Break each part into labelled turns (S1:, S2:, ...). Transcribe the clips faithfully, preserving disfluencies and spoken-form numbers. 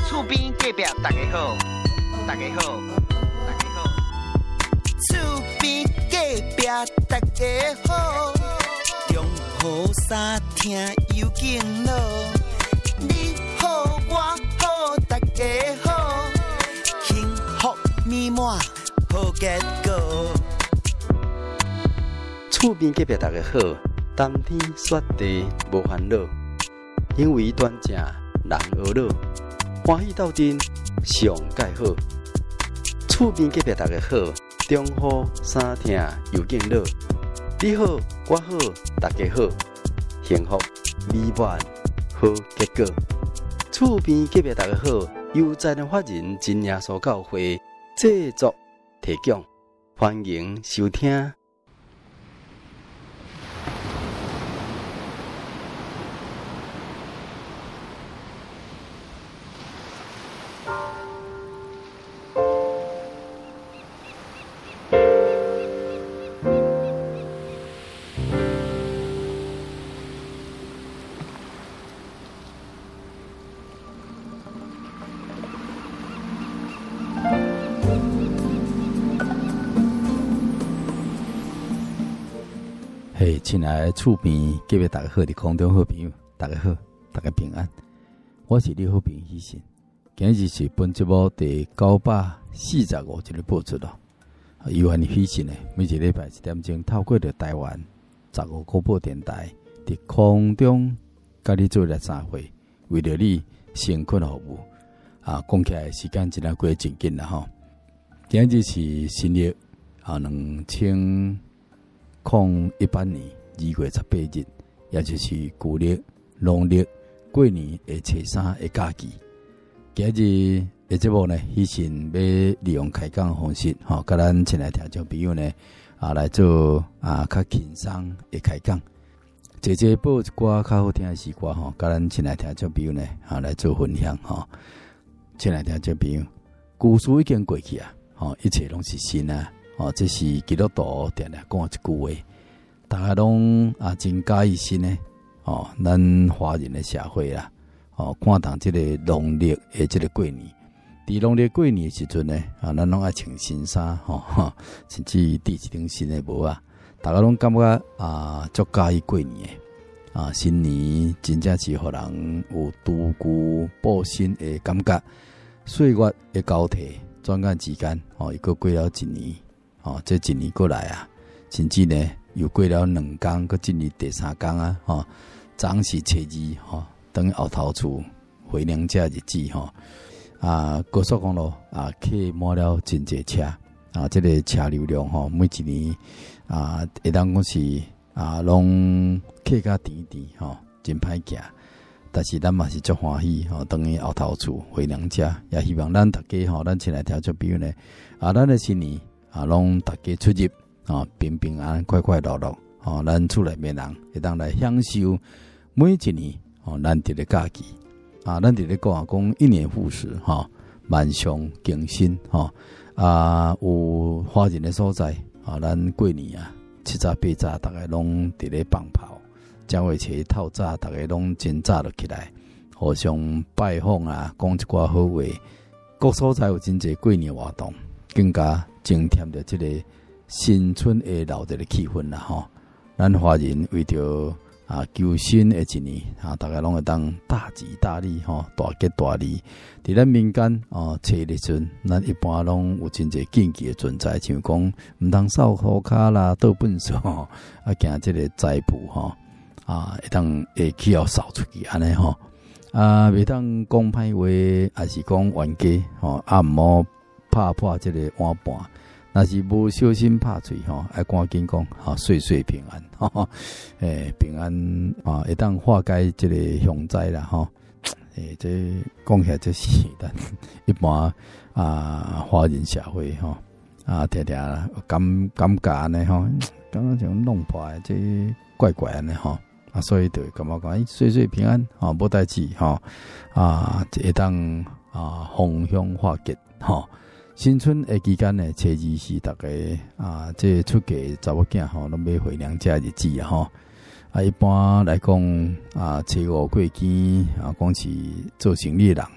S1: 厝边隔壁大家好，大家好，大家好。厝边隔壁大家好，中雨三听有劲咯。你好我好大家好，幸福美满好结果。
S2: 厝边隔壁大家好，冬天雪地无烦恼，因为端正人和乐，欢喜斗阵上介好。厝边隔壁大家好，中雨三听又劲乐，你好我好大家好，幸福美满好结果。厝边隔壁大家好，由在人法人真耶稣教会制作提供，欢迎收听。嘿，亲爱的厝边隔壁大家好，伫空中好朋友，大家好，大家平安。我是你好朋友喜信，今日是本节目第九百四十五集的播出咯。由安尼喜信呢，每一礼拜一点钟透过着台湾十五广播电台伫空中，甲你做来三会，为着你辛苦服务啊，讲起来时间真啊过真紧啦吼。今日是新历啊，两千。控一八年二月十八日，也就是旧历农历过年的初三的假期。今日的节目呢，喜信要利用开讲方式，吼，甲咱亲爱听众朋友呢啊来做啊较轻松的开讲，姐姐播一寡较好听的诗歌吼，甲咱亲爱听众朋友呢啊来做分享吼。亲爱听众朋友，旧事已经过去啊，吼，一切拢是新啊。哦，这是基督徒定定讲一句话，大家拢啊真介意新呢。哦，咱华人的社会啦，哦，看当这个农历的这个过年，伫农历过年的时阵呢，啊，咱拢爱穿新衫，吼、哦，甚至戴一顶新的帽啊，大家拢感觉啊，足介意过年的啊，新年真正是互人有独具报新的感觉，岁月的交替，转眼之间，哦，一个过了一年。哦，这一年过来啊，甚至呢又过了两天，搁进入第三天啊，吼、哦，昨是初二，吼、哦，等于后头厝回娘家日子，吼、哦，啊，高速公路啊，客满了真侪车，啊，这个车流量吼、哦，每一年啊，会当讲是啊，拢客甲甜甜，吼、哦，真歹行。但是咱嘛是足欢喜吼，等于后头厝回娘家，也希望咱大家吼，咱前来调做朋友呢，啊，咱的新年。啊，拢大家出入啊，平平安安、快快乐乐，哦，咱厝内面人会当来享受每一年哦难得的假期啊，咱伫咧讲讲一年复始哈，万象更新哈啊，有华人的所在啊，咱过年啊七早八早，大家拢伫咧放炮，正月初透早，大家拢真早就起来，互相拜访啊，讲一寡好话，各所在有真侪过年活动，更加。增添着这个新春的闹热的气氛啦吼，咱华人为着啊求新的一年啊，大家拢会当大吉大利吼，大吉大利。伫咱民间哦，初一阵，咱一般拢有真侪禁忌的存在，像讲毋通扫涂骹啦、倒粪扫吼，啊惊这个财富吼啊，会当会去要扫出去安尼吼啊，袂当讲歹话，还是讲冤家吼，啊毋好拍破这个碗盘。若是无小心拍嘴吼，爱赶紧讲吼，岁岁平安吼，诶，平安啊，会当化解这个凶灾啦吼。诶，这讲起来这是咱一般啊华人社会吼啊，常常感感觉安尼吼，感觉像弄破这怪怪安尼吼啊，所以就感觉讲岁岁平安吼，无代志吼啊，会当啊逢凶化吉吼。新春的期间呢，初二是大家啊，这出嫁查某囝吼，拢要回娘家日子啊吼。啊，一般来讲啊，初五过节啊，讲是做生意的人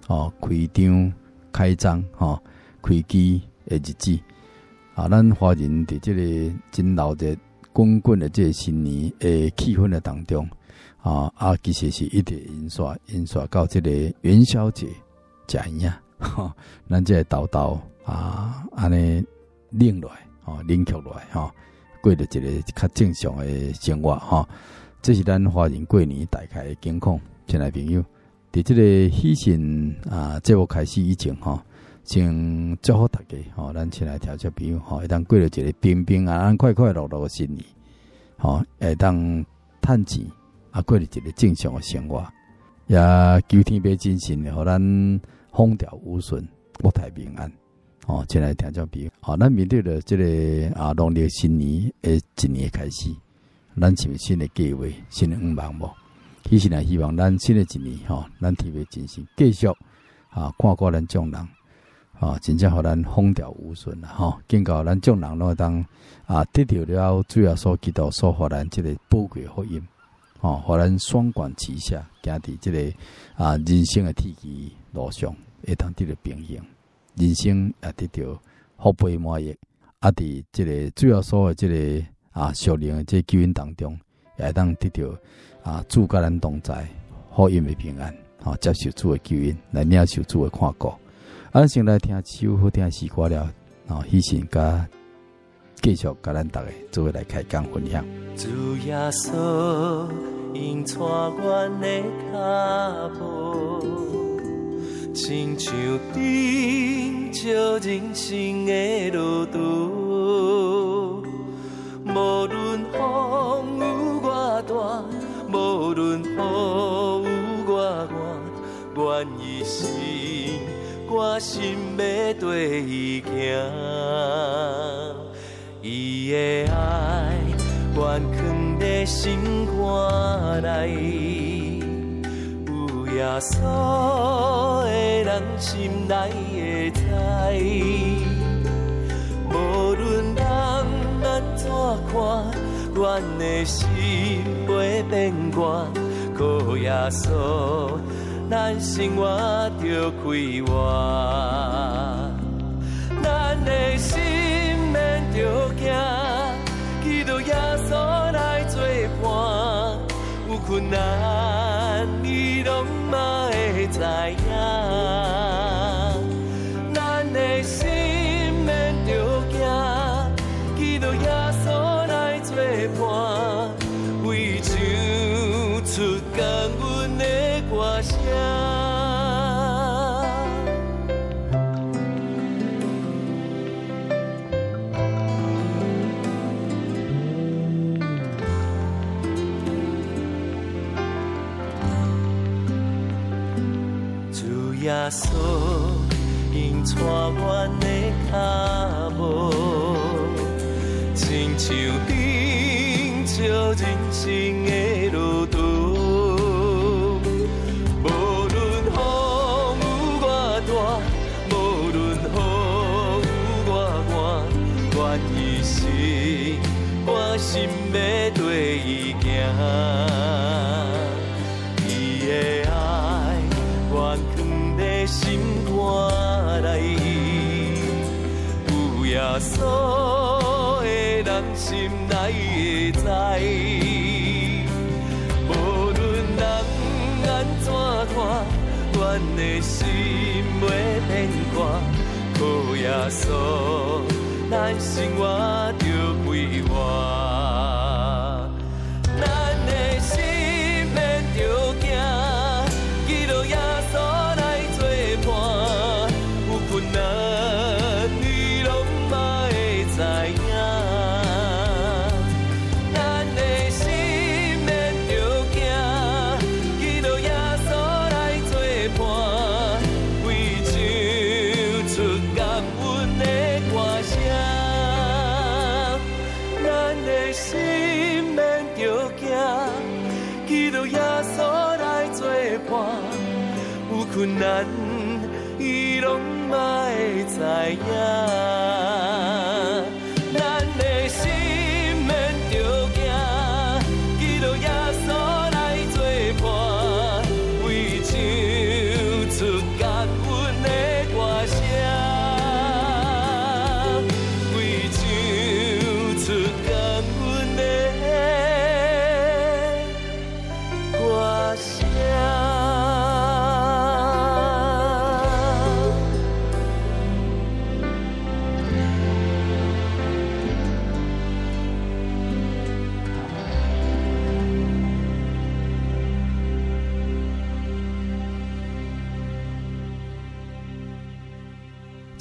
S2: 哦，开张开张吼，开机的日子啊，咱华人伫即个真闹热滚滚的这个新年的气氛的当中啊啊，其实是一直引刷引刷到这个元宵节食圆啊，吼，咱这个豆豆啊安尼冷落来吼，冷却落来吼，过着一个较正常的生活吼。这是咱华人过年大概的情况，亲爱朋友，伫这个喜讯啊节目开始以前吼。先祝福大家吼，咱亲爱听众朋友吼，会当过了一个平平安安、快快乐乐的新年，吼，会当趁钱啊，过了一个正常的生活，也求天父真神的，互咱风调雨顺、国泰民安。吼，亲爱听众朋友，吼，咱面对着这个啊农历新年的一年开始，咱是毋是新的计划、新的愿望无？其实呢，希望咱新的一年吼，咱天父真神继续啊，看顾咱众人。啊，真正互咱风调雨顺啦！吼，警告咱众人拢当啊得到了主要所基督所互咱即个宝贵福音，吼，互咱双管齐下，行伫即个啊人生的天际路上，会当得到平衡，人生也得到福杯满溢，啊，伫即个主要所的即个啊属灵的即救恩当中，也会当得到啊主甲咱同在，福音的平安，吼，接受主的救恩，来领受主的看顾。咱先来听首好听的诗歌了，然后喜讯甲继续甲咱大家做来开讲分享。
S3: 主耶稣引带阮的脚步，亲像顶照人生的路途，无论风有偌大，无论雨有偌寒，愿意心。我心要对伊行，伊的爱愿藏在心肝内，有耶稣的人心内会知。无论人安怎看，阮的心袂变卦，靠耶稣。咱生活着开活，咱的心免着惊，基督耶稣来作伴，有困难你拢嘛会知影。咱的心免着惊，基督耶稣来作伴，为唱出感恩的歌声。主耶稣引带阮的脚步，亲像顶照人生的路途。我心要对伊行，伊的爱愿藏在心肝内，有耶稣的人心内会知。无论人安怎看，阮的心袂变卦，靠耶稣。咱生活着开活，咱的心免着惊，基督耶稣来作伴，有困难你拢嘛会知影。咱的心免着惊，基督耶稣来作伴，为唱出感恩的歌声。心免着惊，基督耶稣来作伴，有困难伊拢嘛会知影。咱的心免着惊，基督耶稣来作伴，为唱出感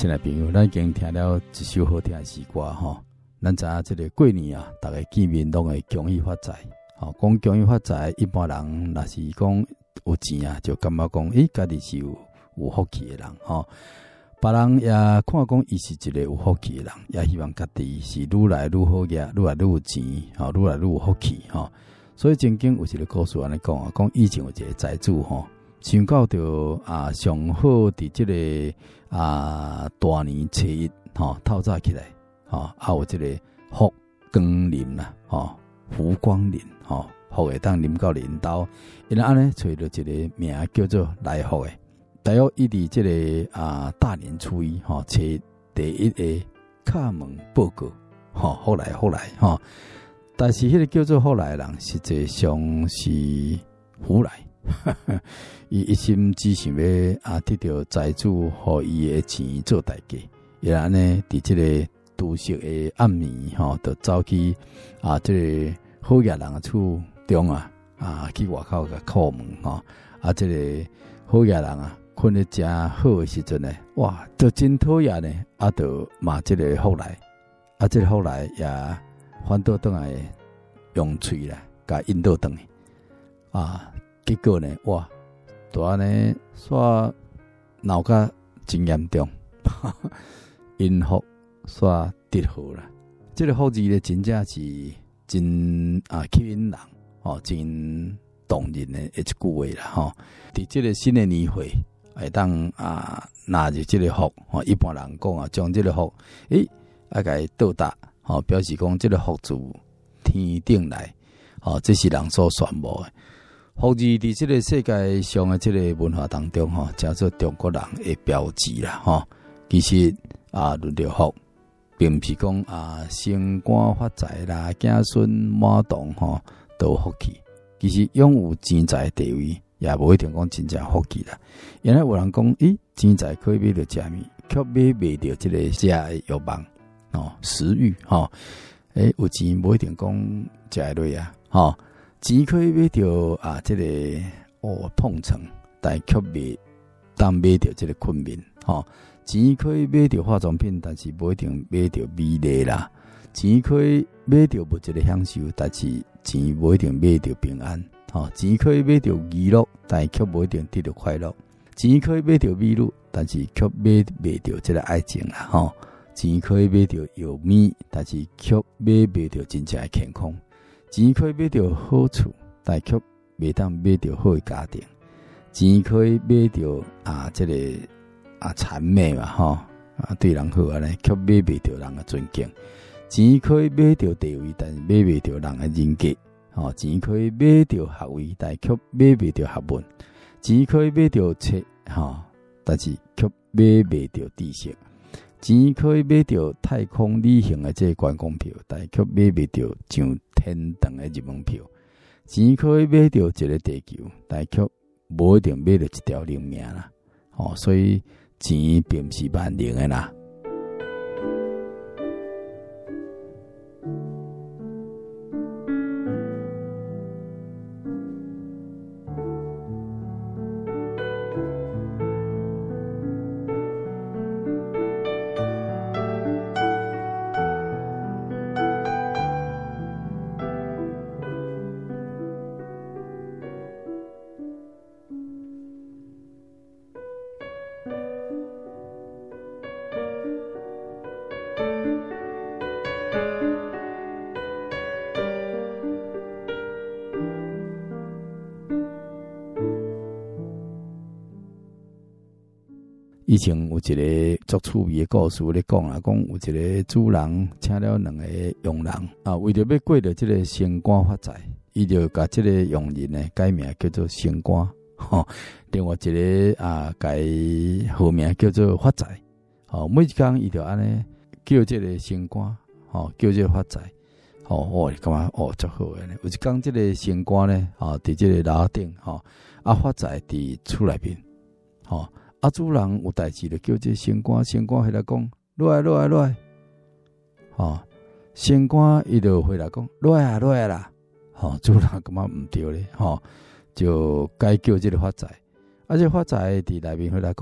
S2: 亲爱朋友，咱已经听了一首好听的诗歌吼。咱知影即个过年啊，大家见面拢会恭喜发财。吼，讲恭喜发财，一般人若是讲有钱啊，就感觉讲，诶，家己是有有福气的人吼。别人也看讲，伊是一个有福气的人，也希望家己是愈来愈好嘅，愈来愈有钱，吼，愈来愈有福气吼。所以曾经有一个故事安尼讲啊，讲以前有一个财主吼，想到着啊上好伫即个啊大年初一吼透早起来吼，啊有即个福光临啦吼，福光临吼，福会当临到年头，因安尼找着一个名叫做来福诶。大约伊伫即个啊大年初一吼，找第一个敲门报告吼，后来后来吼。但是迄个叫做后来人，实际上是胡来，伊一心只想要啊得到财主互伊的钱做代价，也安尼伫即个除夕的暗暝吼，就走去啊即、这个好野人的厝中啊啊去外口甲叩门吼，啊即、这个好野人啊困得真好的时阵呢，哇，就真讨厌呢，啊就嘛即个后来，啊即、这个后来也。反倒倒来用喙啦，甲引导倒去啊！结果呢，哇，大安尼煞闹甲真严重，因福煞得好啦。这个福字咧，真正是真啊吸引人哦，真动人的一句话啦吼。伫这个新的年会，会当啊拿着这个福哦，一般人讲啊，将这个福诶，啊甲伊倒达。哦，表示讲这个福字天顶来，哦，这是人所宣布的。福字伫这个世界上的这个文化当中，吼、哦，叫做中国人的标志啦，吼、哦。其实啊，论着福，并不是讲啊升官发财啦、子孙满堂吼都有福气。其实拥有钱财地位，也无一定讲真正福气啦。原来有人讲，咦，钱财可以买到食物，却买袂到这个食的欲望。哦，食欲吼，诶、欸，有钱无一定讲食会落啊，吼、哦，钱可以买到啊，这个哦碰成，但却袂当买到这个昆明，吼、哦，钱可以买到化妆品，但是无一定买到美丽啦，钱可以买到物质的享受，但是钱无一定买到平安，吼、哦，钱可以买到娱乐，但却无一定得到快乐，钱可以买到美女，但是却买袂到这个爱情啦，吼、哦。钱可以买到药米，但是却买袂到真正的健康。钱可以买到好处，但却袂当买到好的家庭。钱可以买到啊，这个啊谄媚嘛，吼啊对人好安尼，却买袂到人的尊敬。钱可以买到地位，但是买袂到人的人格。吼、哦，钱可以买到学位，但却买袂到学问。钱可以买到册，吼、哦，但是却买袂到知识。钱可以买到太空旅行的这个观光票，但却买袂到上天堂的入门票。钱可以买到一个地球，但却无一定买到一条人命啦。哦，所以钱并不是万能的啦。以前有一个足趣味的故事咧讲啊，讲有一个主人请了两个佣人啊，为着要过着这个升官发财，伊就甲这个佣人呢改名叫做升官，吼，另外一个啊改号名叫做发财，吼，每一工伊就安尼叫这个升官，吼，叫这个发财，吼，我感觉哦足好诶呢。有一工这个升官呢，吼，伫这个楼顶，吼，啊发财伫厝内面，吼。啊，主人有代志就叫这升官，升官回来讲，落来落来落来，吼、哦，升官伊就回来讲，落来啊落来啦，吼、哦，主人感觉毋对咧，吼、哦，就该叫这个发财，啊，这发财伫内面回来讲，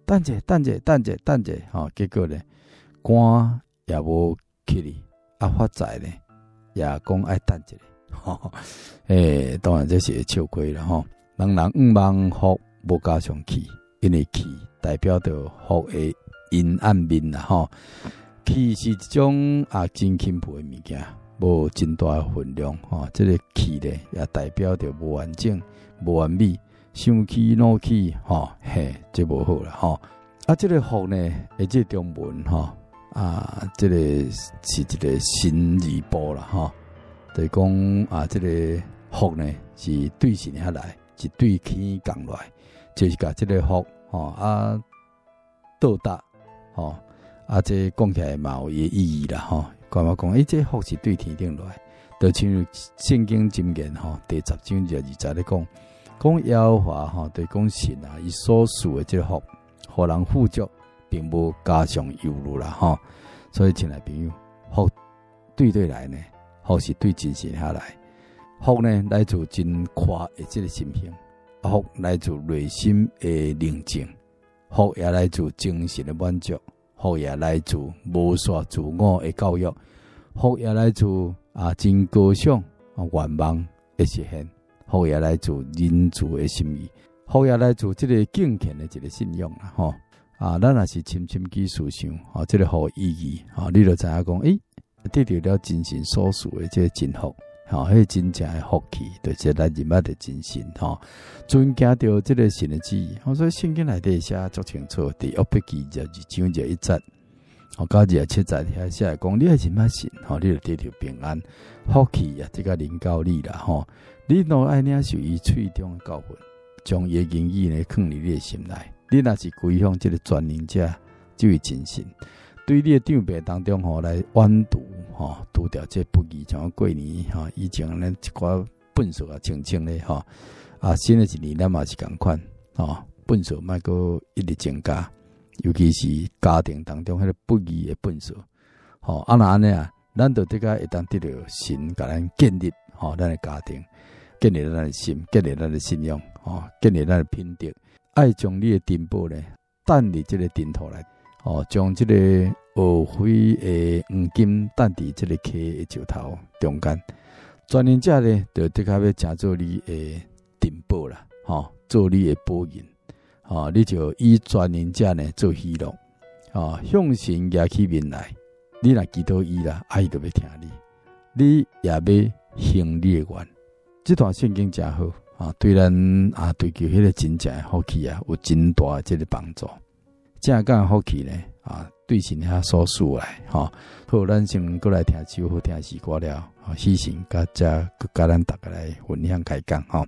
S2: 等者等者等者等者吼，结果咧肝也无去哩，啊发财咧也讲爱等者吼，诶，当然这是会笑亏了吼。人人五万福无加上气，因为气代表着福的阴暗面啦吼。气是一种啊真轻薄的物件，无真大的分量吼。这个气咧也代表着无完整、无完美。生气、怒气，吼，嘿，这无好啦，吼。啊，这个福呢，而这中文，吼，啊，这个是一个新字部啦，吼。就是讲啊，这个福呢是对神下来，是对天降来，就是甲这个福，吼啊，到达，吼啊，这讲起来嘛有伊意义啦，吼。干嘛讲？诶，这福是对天顶来，就像圣经箴言吼，第十章就二十咧讲。讲耶和华吼，对讲神啊，伊所赐的这个福，互人富足，并无加上忧虑啦吼。所以，亲爱朋友，福对对来呢，福是对真神下来，福呢来自真宽的这个心性，福来自内心的宁静，福也来自精神的满足，福也来自无煞自我的教育，福也来自啊真高尚啊愿望的实现。福也来自仁慈的心意，福也来自这个敬虔的一个信仰啦，吼啊，咱也是深深去思想，吼，这个福意义，吼，你就知影讲，诶，得到了真神所赐的这个真福，吼，迄个真正的福气，就是咱人物的真神，吼，尊敬到这个神的旨意，所以圣经内底写足清楚，第约伯记二十二章就一节。哦，到二十七节遐写来讲，你爱人物信，吼，你就得到平安、福气啊，这个临到你啦，吼。你若爱领受伊喙中的教训，将伊的言语呢放入你的心内。你若是归向这个全能者，这位真神，对你的长辈当中吼来挽除吼，除掉这不义，像过年吼以前咱一寡粪扫啊清清咧吼，啊新的一年咱嘛是共款吼，粪扫莫阁一直增加，尤其是家庭当中迄个不义的粪扫，吼啊那安尼啊，咱就得个会当得到神甲咱建立吼咱的家庭。建立咱的心，建立咱的信仰，哦，建立咱的品德，爱将你的珍宝呢，等伫这个顶头来，哦，将这个学费的黄金等伫这个溪的石头中间，全能者呢，就得较要成做你的珍宝啦，哦，做你的宝银，哦，你就以全能者呢做喜乐，哦，向神举起面来，你若祈祷伊啦，伊就要听你，你也要行你的愿。这段圣经真好啊，对咱啊追求迄个真正的福气啊，有真大的这个帮助。正讲的福气呢啊，对神遐所赐来吼，好，咱先过来听首好听诗歌了，啊，喜神甲遮佮甲咱大家来分享开讲吼。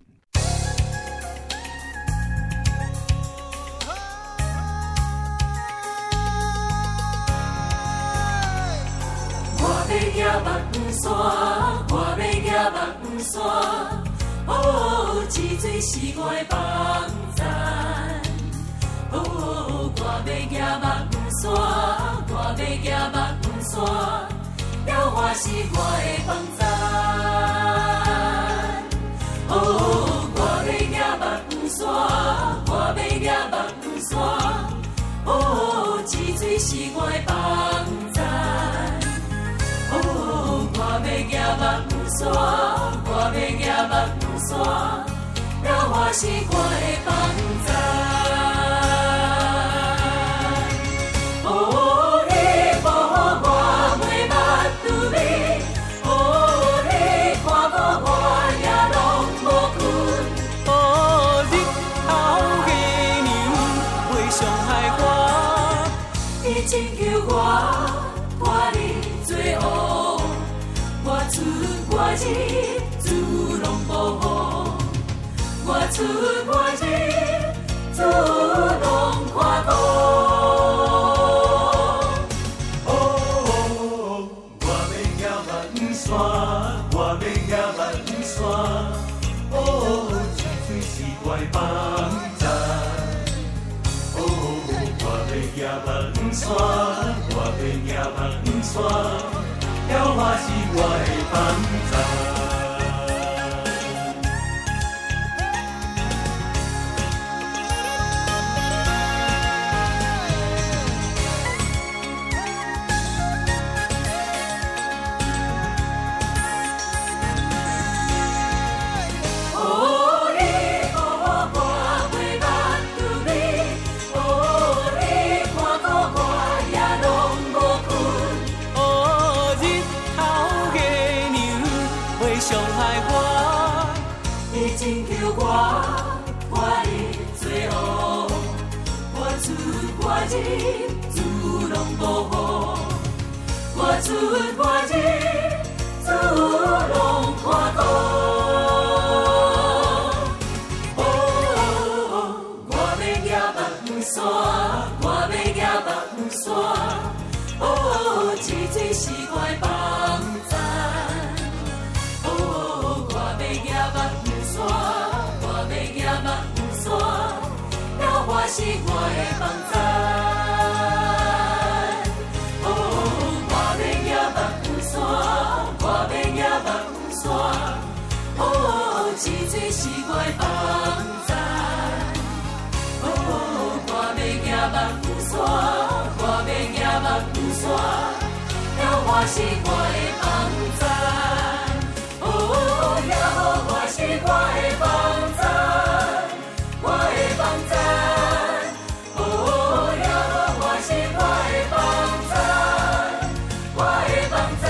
S3: 我要行目山，我要行目山，哦，这水是我的帮赞。哦，我要行目山，我要行目山，了我是我的帮赞。哦，我要行目山，我要行目山，哦，这水是我的帮赞。哦，我要行目山，我要行目山，了我是我的帮赞。哦，你保护我袂捌拄你，哦，你看顾我也拢无困。哦，日后月亮袂伤害我，你拯救我，看你做恶，我出我入，主拢保护，我出我入，主拢看顾。哦，我要行目山，我要行目山，哦，这水是我的帮赞。哦，我要行目山，我要行目山，了我是我的帮赞。
S4: 我的罪恶，我出我入，主拢保护。我出我入，主拢看顾。哦，我要行目山，我要行目山。哦，这这是我的帮助。哦，我要行目山，我要行目山，了我是我的帮助。哦，这这是我的帮助。哦，我要行目山，我要行目山，了我是我的帮助。哦，了我是我的帮助，我的帮助。哦，了我是我的帮助，我的帮助。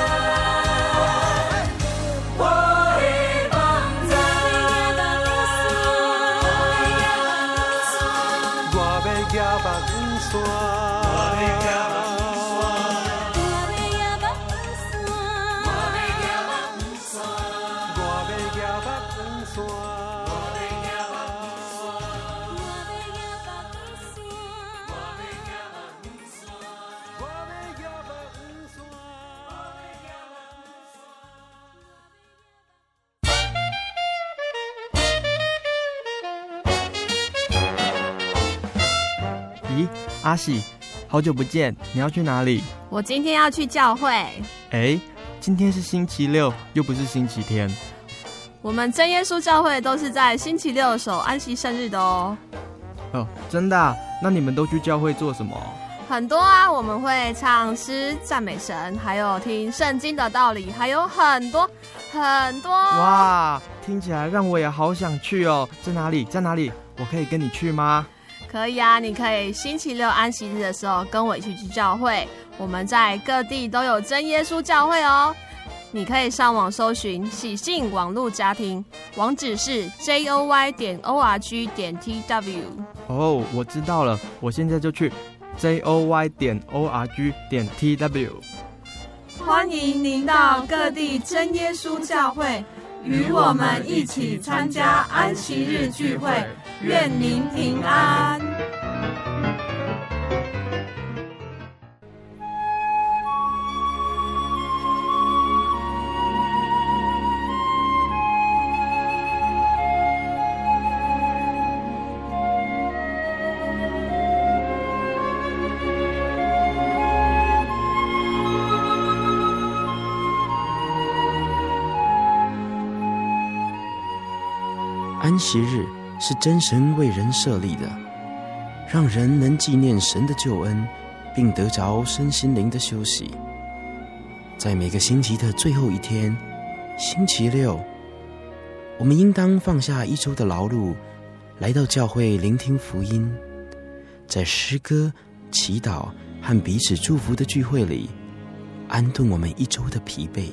S5: 咦，阿喜，好久不见，你要去哪里？
S6: 我今天要去教会。
S5: 哎，今天是星期六，又不是星期天。
S6: 我们真耶稣教会都是在星期六守安息圣日的哦。
S5: 哦，真的啊？那你们都去教会做什么？
S6: 很多啊，我们会唱诗赞美神，还有听圣经的道理，还有很多很多。
S5: 哇，听起来让我也好想去哦。在哪里？在哪里？我可以跟你去吗？
S6: 可以啊，你可以星期六安息日的时候跟我一起去教会。我们在各地都有真耶稣教会哦。你可以上网搜寻喜信网络家庭，网址是 j o y 点 o r g 点 t w。
S5: 哦，我知道了，我现在就去 j o y 点 o r g 点 t w。
S7: 欢迎您到各地真耶稣教会，与我们一起参加安息日聚会，愿您平安。
S8: 安息日是真神为人设立的，让人能纪念神的救恩，并得着身心灵的休息。在每个星期的最后一天，星期六，我们应当放下一周的劳碌，来到教会聆听福音，在诗歌、祈祷和彼此祝福的聚会里，安顿我们一周的疲惫。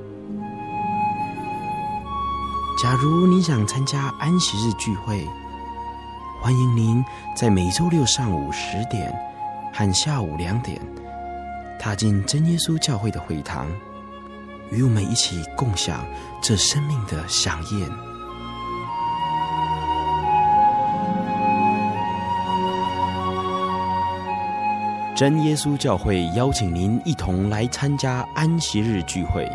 S8: 假如你想参加安息日聚会，欢迎您在每周六上午十点和下午两点踏进真耶稣教会的会堂，与我们一起共享这生命的飨宴。真耶稣教会邀请您一同来参加安息日聚会。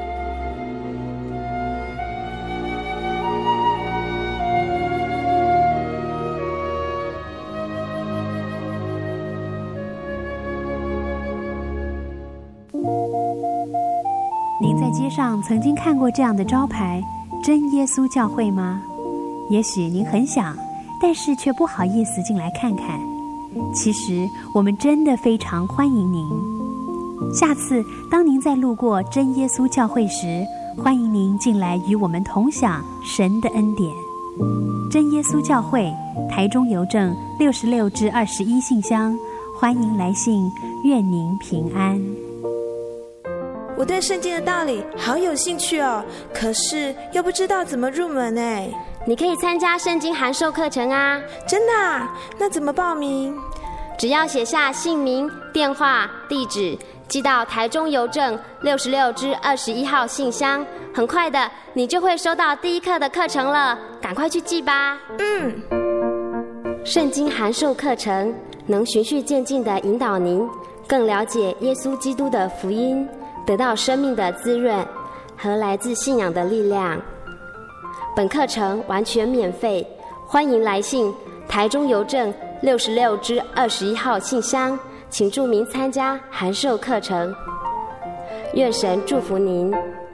S9: 您在街上曾经看过这样的招牌“真耶稣教会”吗？也许您很想，但是却不好意思进来看看。其实我们真的非常欢迎您。下次当您在路过真耶稣教会时，欢迎您进来与我们同享神的恩典。真耶稣教会，台中邮政六十六至二十一信箱，欢迎来信，愿您平安。
S10: 我对圣经的道理好有兴趣哦，可是又不知道怎么入门哎。
S11: 你可以参加圣经函授课程啊。
S10: 真的啊？那怎么报名？
S11: 只要写下姓名、电话、地址，寄到台中邮政六十六支二十一号信箱，很快的你就会收到第一课的课程了，赶快去寄吧。
S10: 嗯，
S11: 圣经函授课程能循序渐进地引导您更了解耶稣基督的福音，得到生命的滋润和来自信仰的力量。本课程完全免费，欢迎来信台中邮政六十六支二十一号信箱，请注明参加函授课程。愿神祝福您。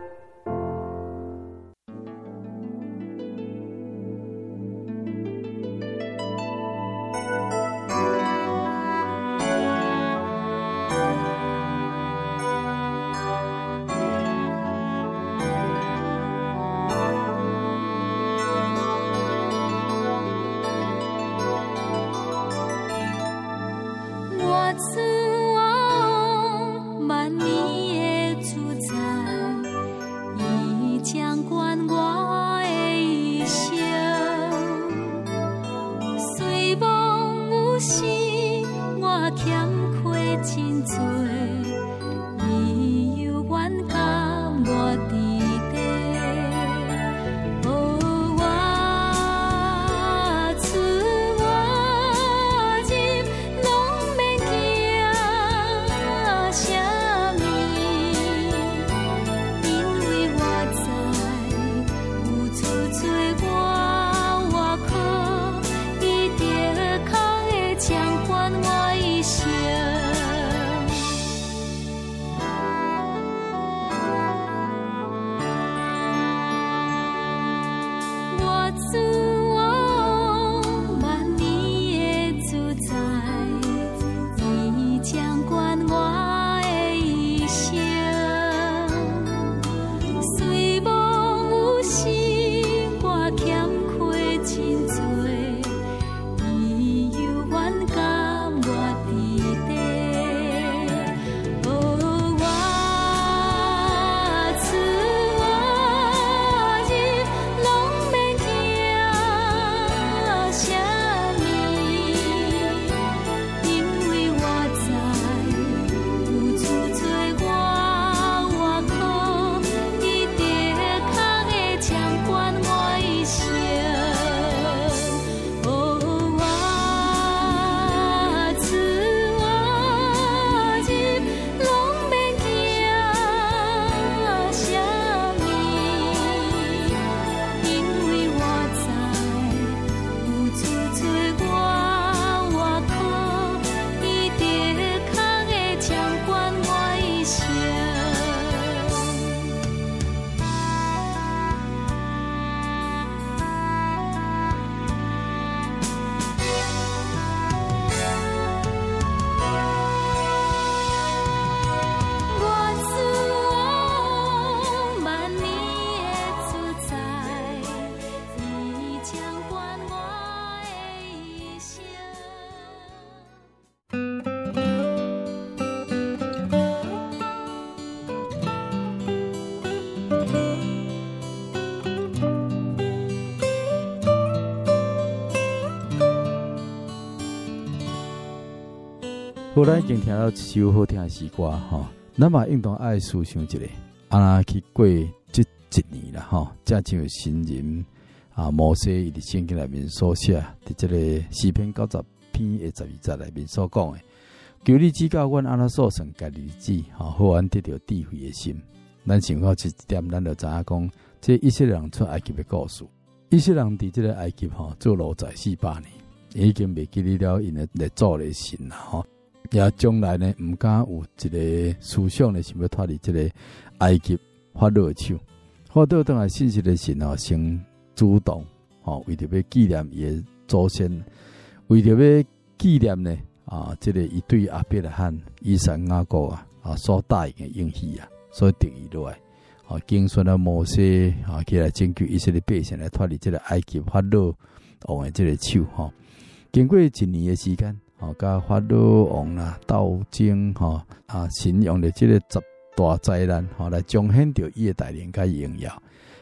S2: 好，咱已经听到一首好听的诗歌吼，咱嘛应当爱思想一下，啊那去过这一年啦吼，正像新人啊摩西伊伫圣经内面所写，伫这个诗篇九十篇的十二节内面所讲的，求你指教阮安怎数算家己日子，吼，好安得到智慧的心。咱想到这一点，咱就知影讲，这以色列人出埃及的故事，以色列人伫这个埃及吼做奴才四百年，已经袂记哩了因的列祖的神啦吼。也将来呢，唔敢有一个思想呢，想要脱离这个埃及法老的手。法老当来信息的神哦，先主动哦，为着要纪念伊的祖先，为着要纪念呢啊，这个伊对亚伯拉罕、以撒、雅各啊啊所答应的应许啊，所以定义落来。啊，经顺了摩西啊，起来拯救以色列百姓来脱离这个埃及法老王的这个手吼、哦。经过一年的时间。哦，甲法老王啦斗争吼啊，神用的这个十大灾难吼来彰显着伊的大能甲荣耀，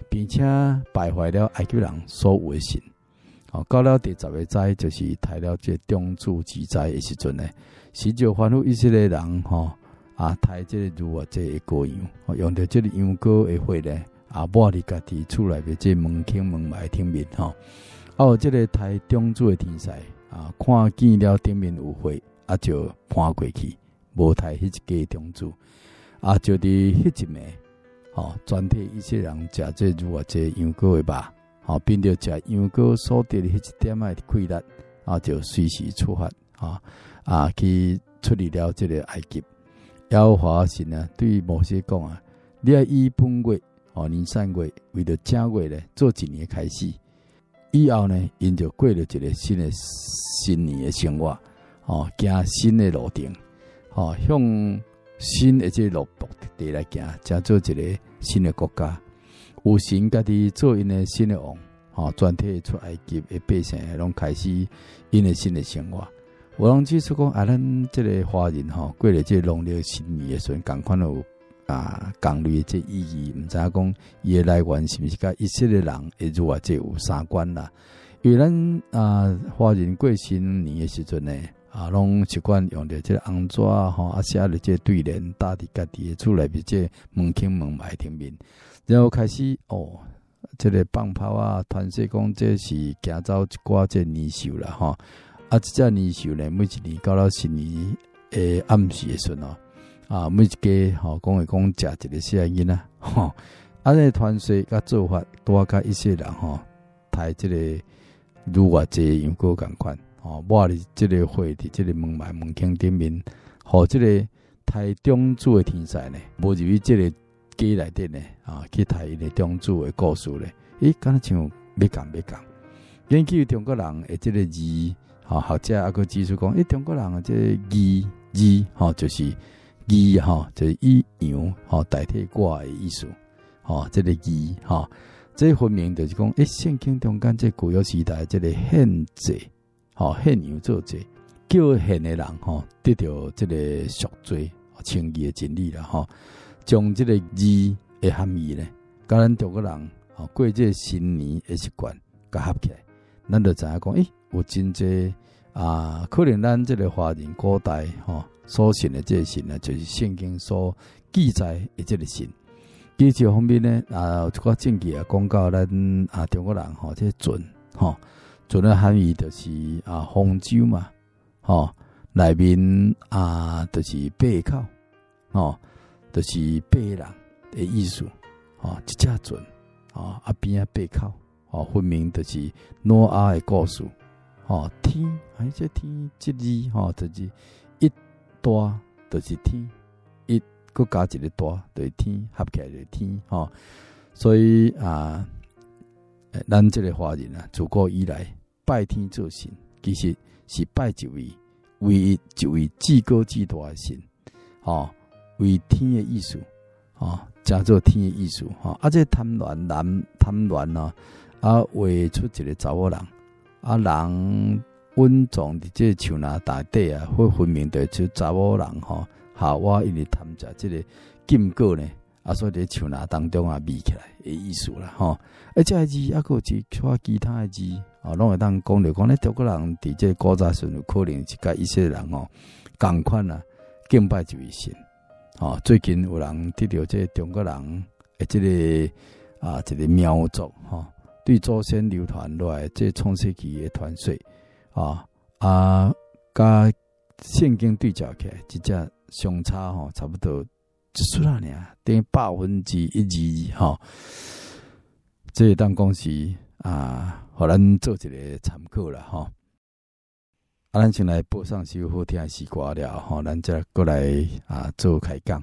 S2: 并且败坏了埃及人所有的神。哦，到了第十个灾，就是抬了这中柱之灾的时阵呢，神就吩咐以色列人吼、哦、啊，抬这个如啊这个羔羊，哦，用着这个羊羔的血呢，啊抹伫家己厝内的这门厅门外顶面吼，哦，这个抬中柱的天使啊，看见了顶面有血，啊就搬过去，无抬迄一家中柱，啊就伫迄一暝，吼，全体以色列人食这如啊这羊羔的肉。啊，并着食羊羔所得的迄一点仔快乐，啊，就随时出发，啊啊，去出离了这个埃及。耶和华神呢，对摩西讲啊，你要以本月，哦，年三月，为着正月呢，做一年开始。以后呢，因就过了一个新的新年的生活，哦，行新的路程，哦，向新的这个路途地来行，才做一个新的国家。有神家己做因的新的王，吼，全体出埃及的百姓拢开始因的新的生活。有人指出讲，啊，咱这个华人吼，过了这农历新年的时阵，共款有啊共类的这意义，毋知影讲伊的来源是毋是甲以色列人会如啊这有相关啦？因为咱啊华人过新年的时阵呢，啊，拢习惯用着这个红纸吼，啊写了这对联，搭伫家己的厝内边这门厅门外顶面。然后开始哦，这个放炮啊，传说讲这是行走一寡这年兽啦吼，啊，这只年兽呢，每一年到了新年诶暗时的时阵哦，啊，每一家吼讲会讲食一个小囡仔吼，啊，这传说甲做法多甲一些人吼，抬这个如外这羊羔共款吼，抹伫这个火伫这个门外门厅顶面，互这个抬中柱的天使呢，无入去这个家内底呢，啊，去睇伊个中柱的故事咧，咦，敢若像要讲要讲。研究中国人的这个字，吼，学者啊个指出讲，诶，中国人的这个字字，吼，就是字，吼，就是以羊，吼，代替卦的意思，吼，这个字，吼，这分明就是讲，诶，圣经中间这古约时代这个献祭，吼，献羊做祭，叫献的人，吼，得到这个赎罪、称义的真理啦，吼。将这个字的含义呢，甲咱中国人哦过这个新年的习惯，甲合起来，咱就知影讲，诶，有真济啊，可能咱这个华人古代吼、哦、所信的这个神呢，就是圣经所记载的这个神。记这方面呢，啊，有一寡证据啊，讲到咱啊中国人吼、哦，这船吼，船、哦、的含义就是啊方舟嘛，吼、哦，内面啊就是背靠，吼。就是爬人的意思，哦，一只船，哦，啊边啊背靠，哦，分明就是挪亚的故事，哦，天，哎，这天这字，哦，就是一大，就是天，一搁加一个大，就是天，合起来就是天，哦，所以啊，咱这个华人啊，自古以来拜天做神，其实是拜一位唯一一位至高至大的神，哦。为天的意思，哦，叫做天的意思，哈、哦，啊，这贪婪男贪婪呢，啊，画出一个查某人，啊，人稳重伫这树林大底啊，会分明的就查某人，哈，夏娃因为贪食这个禁果呢，啊，所以伫树林当中啊，密起来的意思啦，哈、哦，而且字啊，个一撮其他的字，啊，拢会当讲着讲咧，中国人伫这古早时有可能是甲一些人哦，共款啊，敬拜一位神。哦，最近有人得到这中国人的这个啊，这个苗族哈、哦，对祖先流传落来这创世纪的传说啊啊，甲圣经对照起来，一只相差吼、哦，差不多一丝啦呢，等于百分之一二哈、哦。这当讲是啊，互咱做一个参考啦哈。哦啊，咱先来播上首好听的诗歌了吼，咱再过来啊做开讲。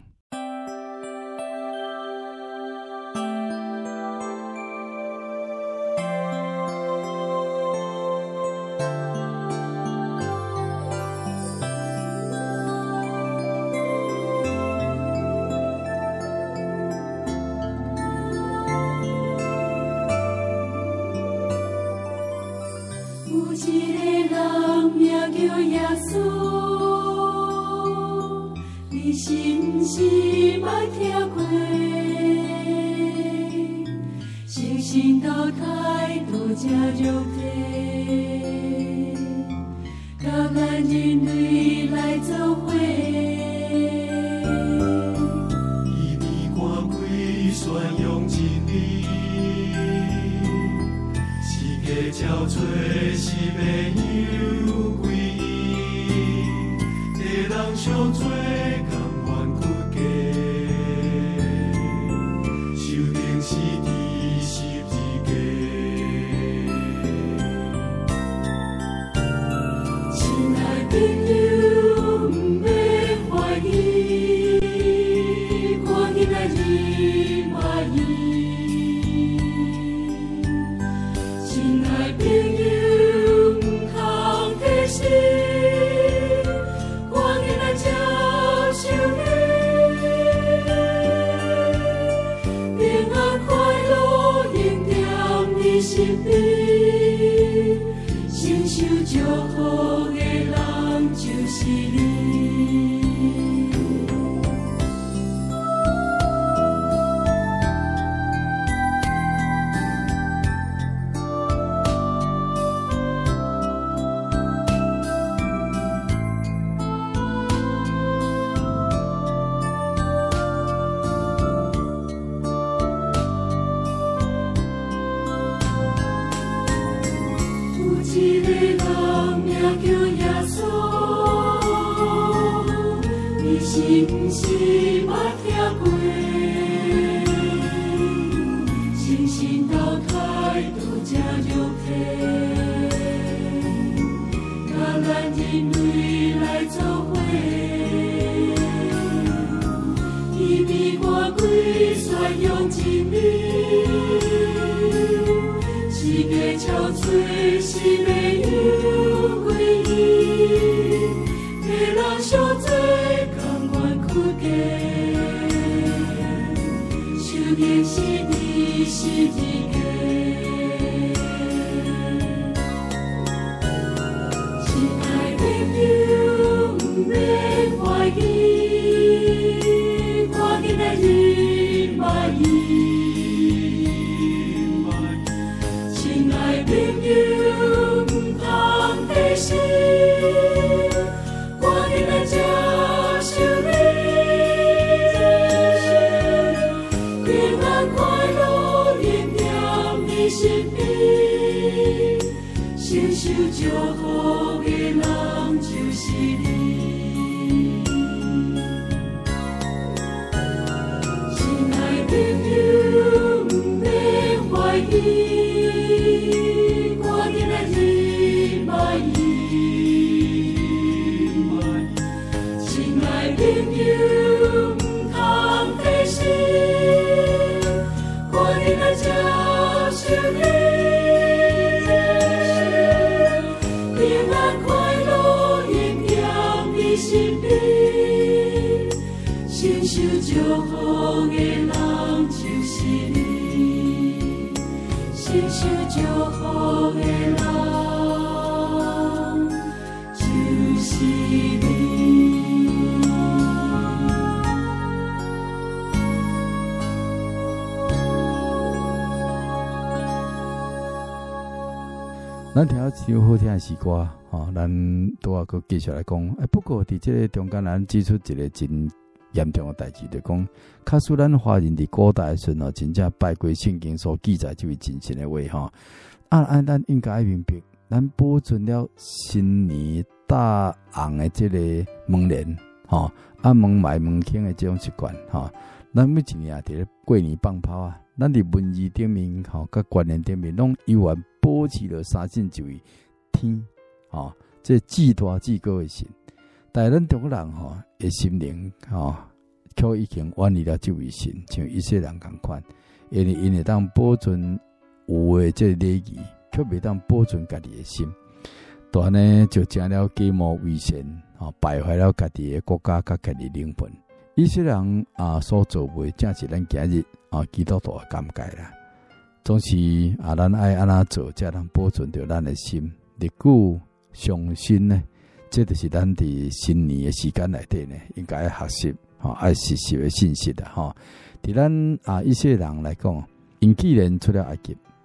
S4: 是毋是捌听过？是心到态度才肉体，甲咱人类来做伙。
S3: 伊面看鬼宣扬真理，世界憔悴是要有归依，地人相做甘愿屈家，受定是伫十字架。
S4: 亲爱朋友，不免怀疑，看见咱人满意。亲爱朋友，不通提心，看见咱接受你。平安快乐永在你身边，承受祝福的人就是你。有一个人名叫耶稣，你是不是捌听过？诚心到态度才肉体，甲咱人类来做伙。伊比我鬼宣扬真理，世界憔悴是要有归依，地人相做甘愿屈家，受定是伫十字架。亲爱朋友，不免怀疑，看见咱人满意。亲爱朋友，不通提心，看见咱接受你。平安快乐永在你身边，承受祝福的人就是你。亲爱朋友，不免怀疑，看见咱人满意。亲爱朋友，不通提心，看见咱接受你。平安快乐永在你身边，承受祝福的人就是你，承受祝福的人就是你。
S2: 咱听到一首好听的诗歌，吼，咱拄啊，佮继续来讲。哎，不过伫即个中间，咱指出一个真严重的代志，就讲，假使咱华人伫古代的时阵，真正拜过圣经所记载就是真实的话，吼。啊，按咱应该爱明白，咱保存了新年大红的即个门帘，吼，啊门埋门庆的这种习惯，吼。咱每一年啊，伫咧过年放炮啊，咱伫文字顶面，吼，甲观念顶面，拢依然保持了三信一位天，吼，这至大至高的神。但是咱中国人吼，的心灵吼，却已经远离了这位神，像以色列人共款，因为因会当保存有的这礼仪，却袂当保存家己的心。当呢就成了假冒伪善，吼，败坏了家己的国家甲家己灵魂。以色列人啊所做为，正是咱今日啊基督徒的感慨啦。总是啊，咱爱安怎做，才能保存着咱的心。历久常新呢，这就是咱伫新年的时间内底呢，应该要学习，吼，爱实习的信息的吼。伫咱啊一些人来讲，因既然出了埃及，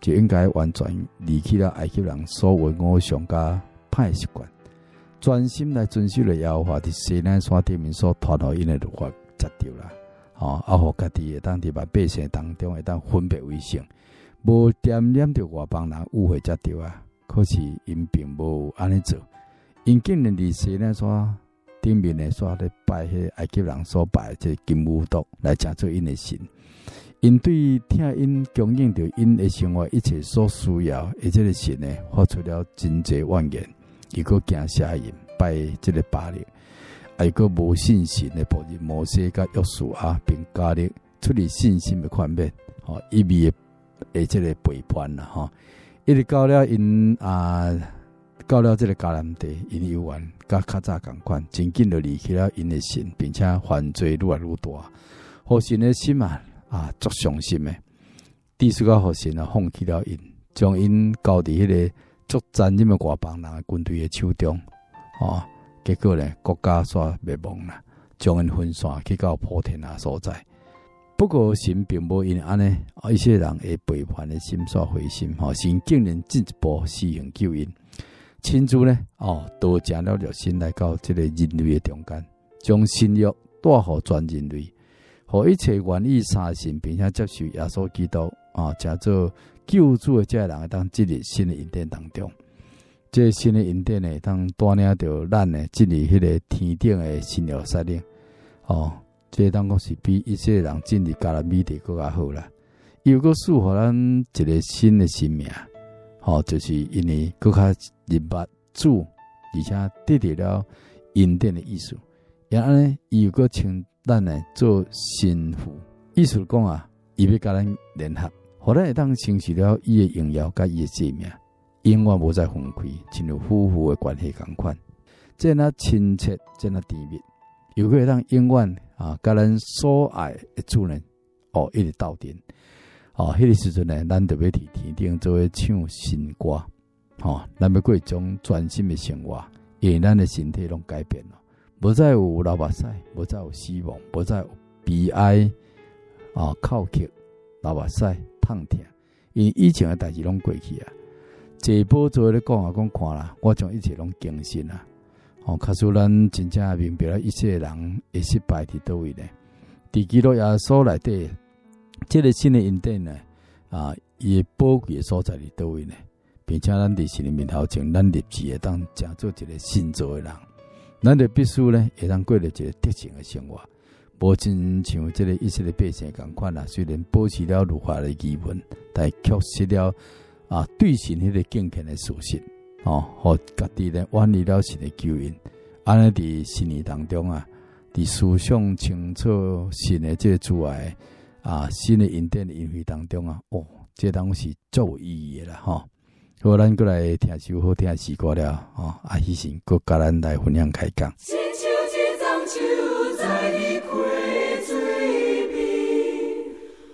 S2: 就应该完全离弃了埃及人所有偶像加歹习惯，专心来遵守了耶和华伫西奈山顶面所传予因的律法执着啦。哦，啊，互家己会当伫万百姓当中会当分别为圣，无惦念着外邦人误会才对啊。可是因并无安尼做，因竟然伫西奈山顶面的所咧拜迄埃及人所拜即金乌毒来诚做因的神。因对听因供应着因的生活一切所需要，而这个神呢，发出了真济怨言，伊个惊吓因拜这个巴力，啊，伊个无信心的仆人摩西甲约书亚，并加入出于信心的宽免，吼，一味的这个背叛啦，吼，一直到了因啊，到了这个迦南地，因犹原甲较早共款，真紧就离弃了因的神，并且犯罪愈来愈大，互神的心啊。啊，足伤心诶！地势甲互神啊，放弃了因，将因交伫迄个足残忍诶外邦人诶军队诶手中，哦，结果呢，国家煞灭亡啦，将因分散去到普天下所在。不过神并无因安尼，一些人会背叛诶心煞灰心，吼、哦，神竟然进一步施行救恩，亲自呢，哦，多加了热心来到这个人类诶中间，将新约带互全人类。互一切愿意相信并且接受耶稣基督啊，叫做救主的这些人会当进入新的恩典当中。这新的恩典呢，当带领着咱呢进入迄个天顶的新耶路撒冷。哦，这当讲是比一些人进入迦南美地更加好啦。又个赐予咱一个新的生命，哦，就是因为更加认捌主，而且得到了恩典的意思。也安尼，伊有个称咱呢做新妇，意思讲啊，伊要甲咱联合，互咱会当承受了伊的荣耀甲伊的生命，永远无再分开，亲像夫妇的关系共款。这那亲切，这那甜蜜，又可以当永远啊，甲咱所爱的主人哦，一直斗阵。哦，迄个时阵呢，咱就要伫天顶做伙唱新歌，吼、哦，咱要过一种专心的生活，因为咱的身体拢改变了。无再有流目屎，无再有死亡，无再有悲哀啊、哭泣、流目屎、痛痛，因为以前的代志拢过去啊。坐宝座咧讲啊，讲看啦，我将一切拢更新啊。哦，假使咱真正明白了一切人会失败伫倒位呢？伫基督耶稣内底，这个新的恩典呢，啊，伊的宝贵的所在伫倒位呢？并且咱伫神的面头前，咱立志会当成做一个新造的人。咱就必须呢，会当过着一个德行的生活，无亲像这个以色列百姓共款啊。虽然保持了律法的基本，但缺失了啊对神迄个敬虔的事实哦，互家己呢远离了神的救恩。安尼伫信念当中啊，伫思想清楚神的这个主爱啊，新的恩典的恩惠当中啊，哦，这当是足有意义的啦，吼、哦。好，咱过来听首好听的诗歌了，哦，阿希神佮甲咱来分享开讲。
S4: 亲像一丛树在你开水边，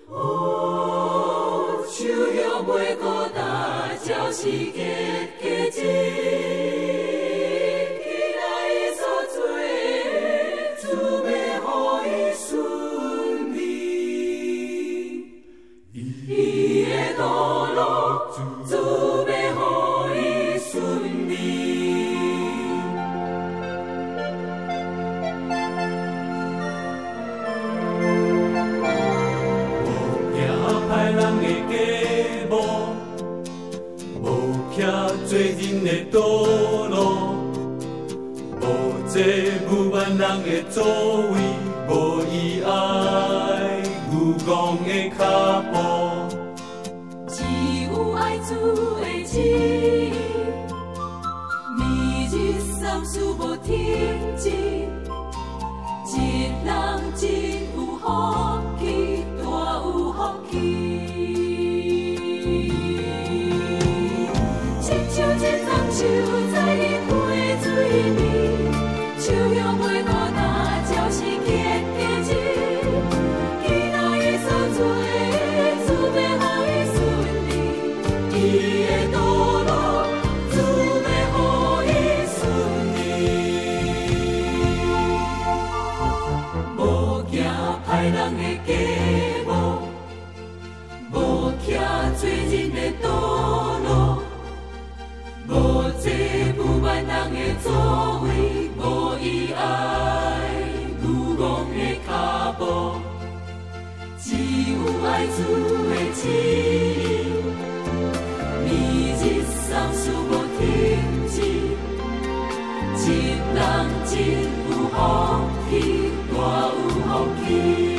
S4: 哦，树叶袂孤单，照是结果子。既然伊所做，主要互伊顺利，伊的道路，主要。做人的道路，无这不万人的座位，无伊爱牛讲的脚步，只有爱主的旨意，明日三事无停止，一人真有福气，大有福气。树在你开水边，树叶袂孤单，照是结果子。既然伊所做，主要互伊顺利，伊的道路，主要互伊顺利。无惊歹人的计谋，无徛做人的道路，无这不万人的作为，无意爱愚妄的脚步，只有爱主的指引，每日丧事无停止，一人真有福气，大有福气。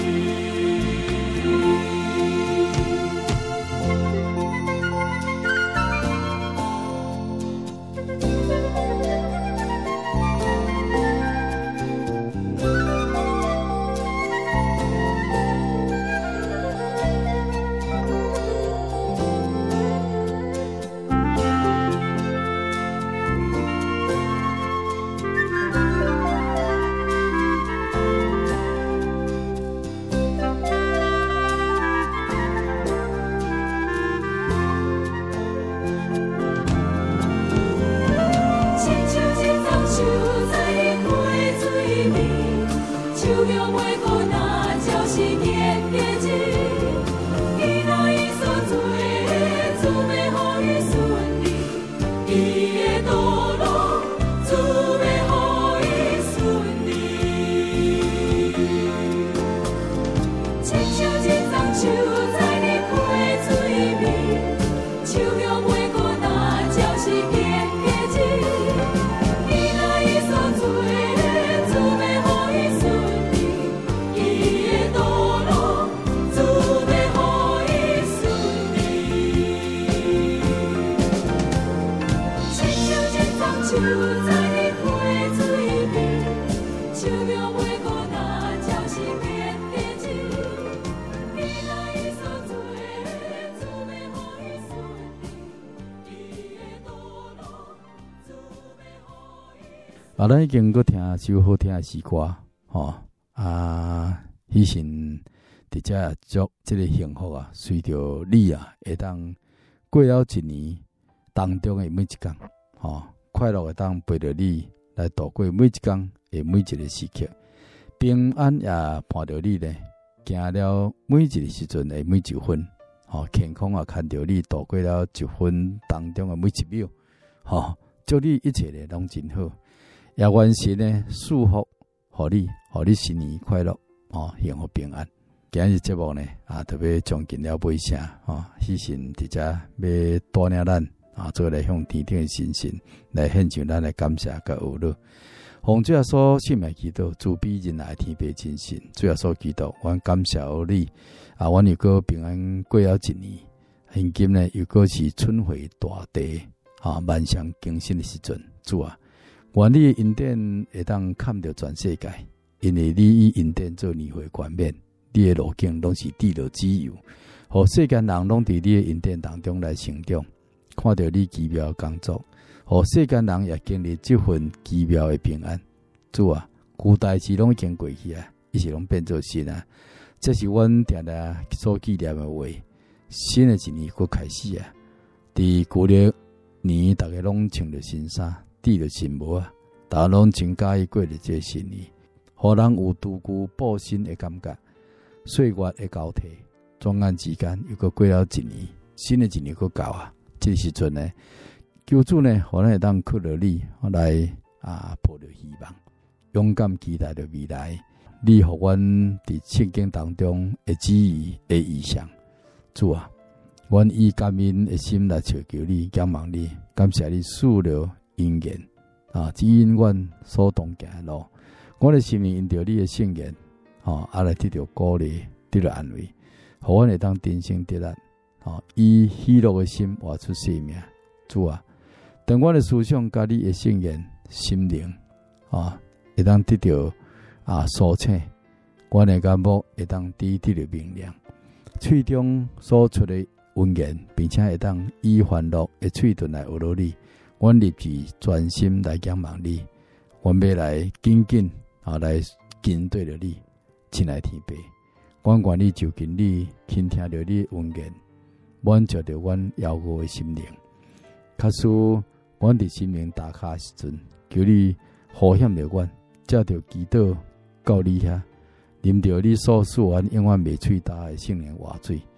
S2: 啊，咱已经搁听首好听的诗歌，吼啊，希神伫遮祝即个幸福啊，随着你啊，会当过了一年当中的每一天，吼快乐会当陪着你来度过每一天的每一个时刻，平安也伴着你咧，行了每一个时阵的每一分，吼健康也看着你度过了一分当中的每一秒，吼祝你一切咧拢真好。也愿神呢祝福，互你，互你新年快乐哦，幸福平安。今日节目呢啊，特别将近了尾声哦，希神伫遮要带领咱啊，做来向天顶的神神来献上咱的感谢甲懊恼。奉主耶稣圣名祈祷，主比人来天父真神，主耶稣祈祷，阮感谢你啊，阮又过平安过了一年，现今呢又过是春回大地啊，万象更新的时阵，主啊。愿你的恩典会当看到全世界，因为你以恩典做年会冠冕，你的路径拢是地路自由，互世间人拢伫你的恩典当中来成长，看到你奇妙的工作，互世间人也经历这份奇妙的平安。主啊，旧代志拢已经过去啊，一时拢变做新啊，这是阮定定所纪念的话。新的一年佫开始啊，伫旧历年大家拢穿着新衫。滴着新帽啊，大家拢真介意过着这新年，互人有独具报新的感觉。岁月的交替，转眼之间又过过了一年，新的一年佫到啊！这时阵呢，求主呢，互咱会当靠着你来啊，抱着希望，勇敢期待着未来。你互阮伫圣经当中的旨意的意向，主啊，阮以感恩的心来祈求你，仰望你，感谢你赐了。因缘啊，指引阮所当行的路，我的心灵因着你的圣言，吼、啊，啊来得到鼓励，得到安慰，互阮会当真心得力，吼、啊，以喜乐的心活出生命。主啊，当阮的思想甲你的圣言、心灵，啊，会当得到啊苏醒，阮的眼目会当得得到明亮，喙中所出的温言，并且会当以欢乐的喙唇来学到你。阮立志专心来仰望你，阮要来紧紧啊来跟对着你，亲爱天父，阮愿你就近你，倾听着你的恩言，满足着阮遥悟的心灵。假使阮伫心灵打卡时阵，求你护险着阮，借着祈祷到你遐，啉着你所赐阮永远袂喙焦的圣灵活水，伫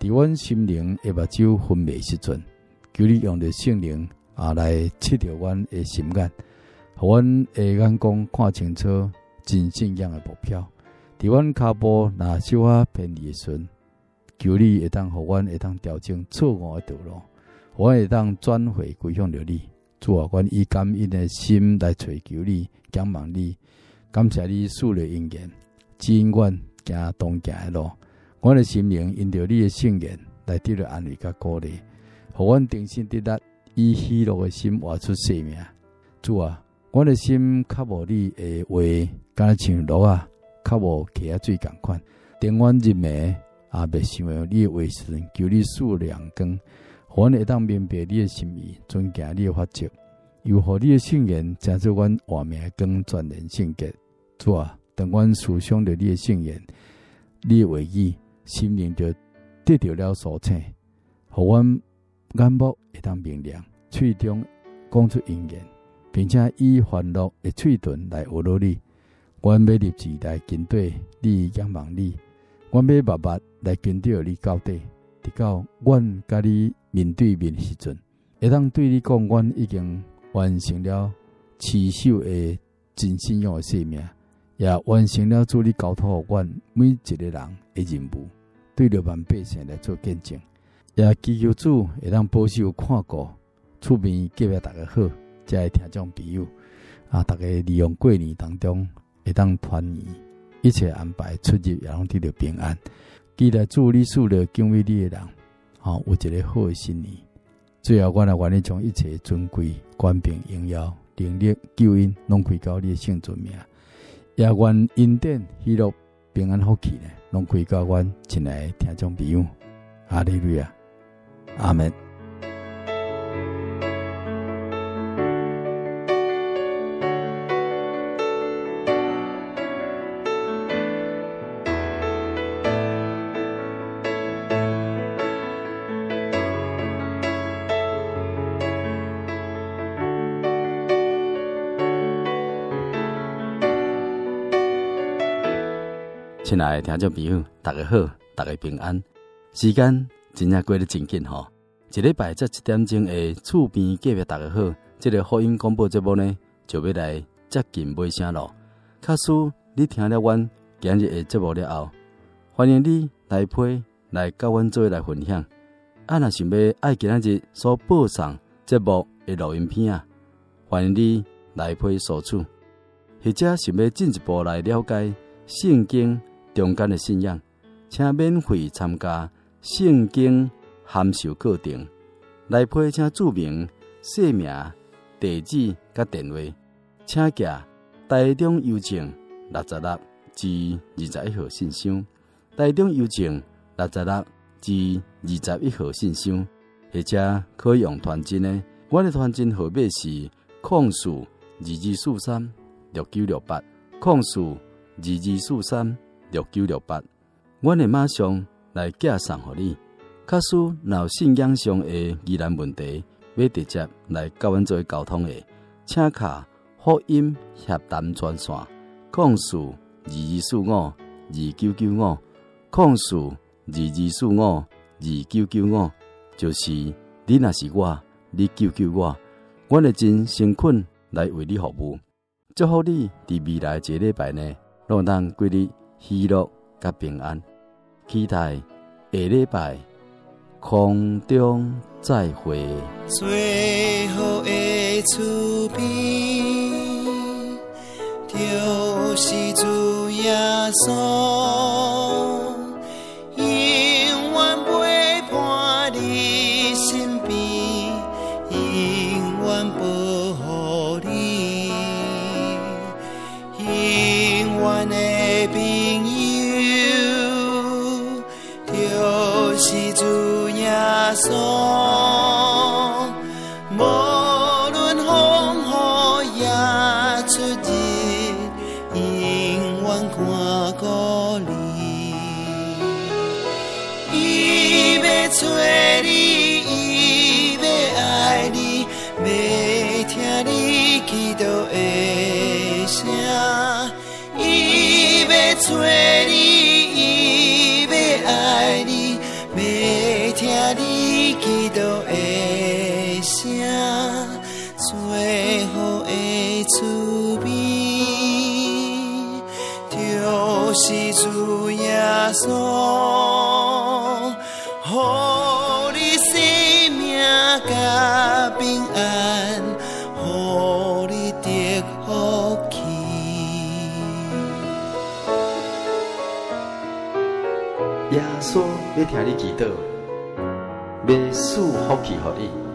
S2: 伫阮心灵的目睭昏迷时阵，求你用着圣灵啊来切着阮的心眼，互阮的眼光看清楚真信仰的目标。伫阮骹步若小可偏离的时阵，求你会当互阮会当调整错误的道路，互阮会当转回归向着你。主啊，阮以感恩的心来寻求你，仰望你，感谢你赐的因缘，指引阮行当行的路。阮的心灵因着你的圣言来得到安慰甲鼓励，互阮定心得力，以喜乐的心活出生命。主啊，阮的心较无你的话，敢若像落啊，较无溪仔水共款。等阮日暝也袂想要你的话时，求你赐亮光，互阮会当明白你的心意，遵行你的法则，又互你的圣言成做阮活命的光，全然圣洁。主啊，当阮思想着你的圣言，你的话语，心灵就得到了舒畅，互阮眼目会当明亮，喙中讲出因言，并且以欢乐的喙唇来学乐你。阮要立志来跟对你，仰望你。阮要默默来跟对你到底，直到阮甲你面对面的时阵，会当对你讲，阮已经完成了持守的真信仰的生命，也完成了主你交托予阮每一个人的任务，对着万百姓来做见证。也祈求主会当保守看顾，厝边隔壁大家好，遮个听众朋友啊，大家利用过年当中会当团圆，一切安排出入也拢得到平安。期待主你赐了敬畏你的人，好、哦、有一个好的新年。最后，阮也愿意将一切尊贵、官平、荣耀、能力、救恩，拢归到你的圣尊名。也愿恩典、喜乐、平安、福气呢，拢归到阮亲爱的听众朋友。哈利路亚，阿门。亲爱的听众朋友，大家好，大家平安。时间真正过得真紧吼，一礼拜这一点钟的厝边隔壁大家好，这个福音广播节目呢，就要来接近尾声咯。假使你听了阮今日的节目了后，欢迎你来批来甲阮做来分享。啊，若想要爱今日所播送节目的录音片啊，欢迎你来批索取，或者想要进一步来了解圣经中间的信仰，请免费参加圣经函授课程。来批请注明姓名、地址甲电话，请寄台中邮政六十六至二十一号信箱。台中邮政六十六至二十一号信箱，或者可以用传真的。我的传真号码是空数二二四三六九六八，空数二二四三六九六八，我会马上来寄送给你。假使有信仰上的疑难问题，要直接来甲阮做沟通的，请卡福音协谈专线，控诉二二四五二九九五，控诉二二四五二九九五，就是你若是我，你救救我，我会真诚恳来为你服务。祝福你伫未来一个礼拜内，让咱过日喜乐甲平安。期待下礼拜空中再会。
S1: 最后的厝边，就是主耶稣，永远陪伴你身边，永远保护你，永远的朋友，就是主耶稣。无论风雨也出日，永远看顾你。伊要找你，伊要爱你，要听你祈祷的声。伊要找你，伊要爱你，要都是主耶稣，予你生命甲平安，予你得福气。
S12: 耶稣要听你祈祷，要赐福气予你。